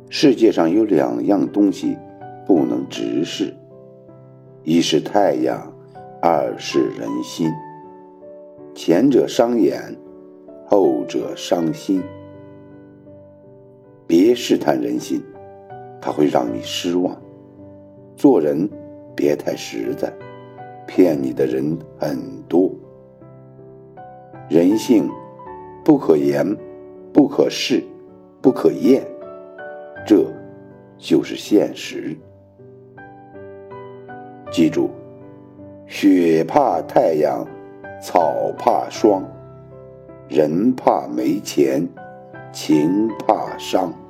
世界上有2样东西不能直视，一是太阳，二是人心。前者伤眼，后者伤心。别试探人心，它会让你失望。做人别太实在，骗你的人很多。人性不可言，不可视，不可验，这就是现实。记住，雪怕太阳，草怕霜，人怕没钱，情怕伤。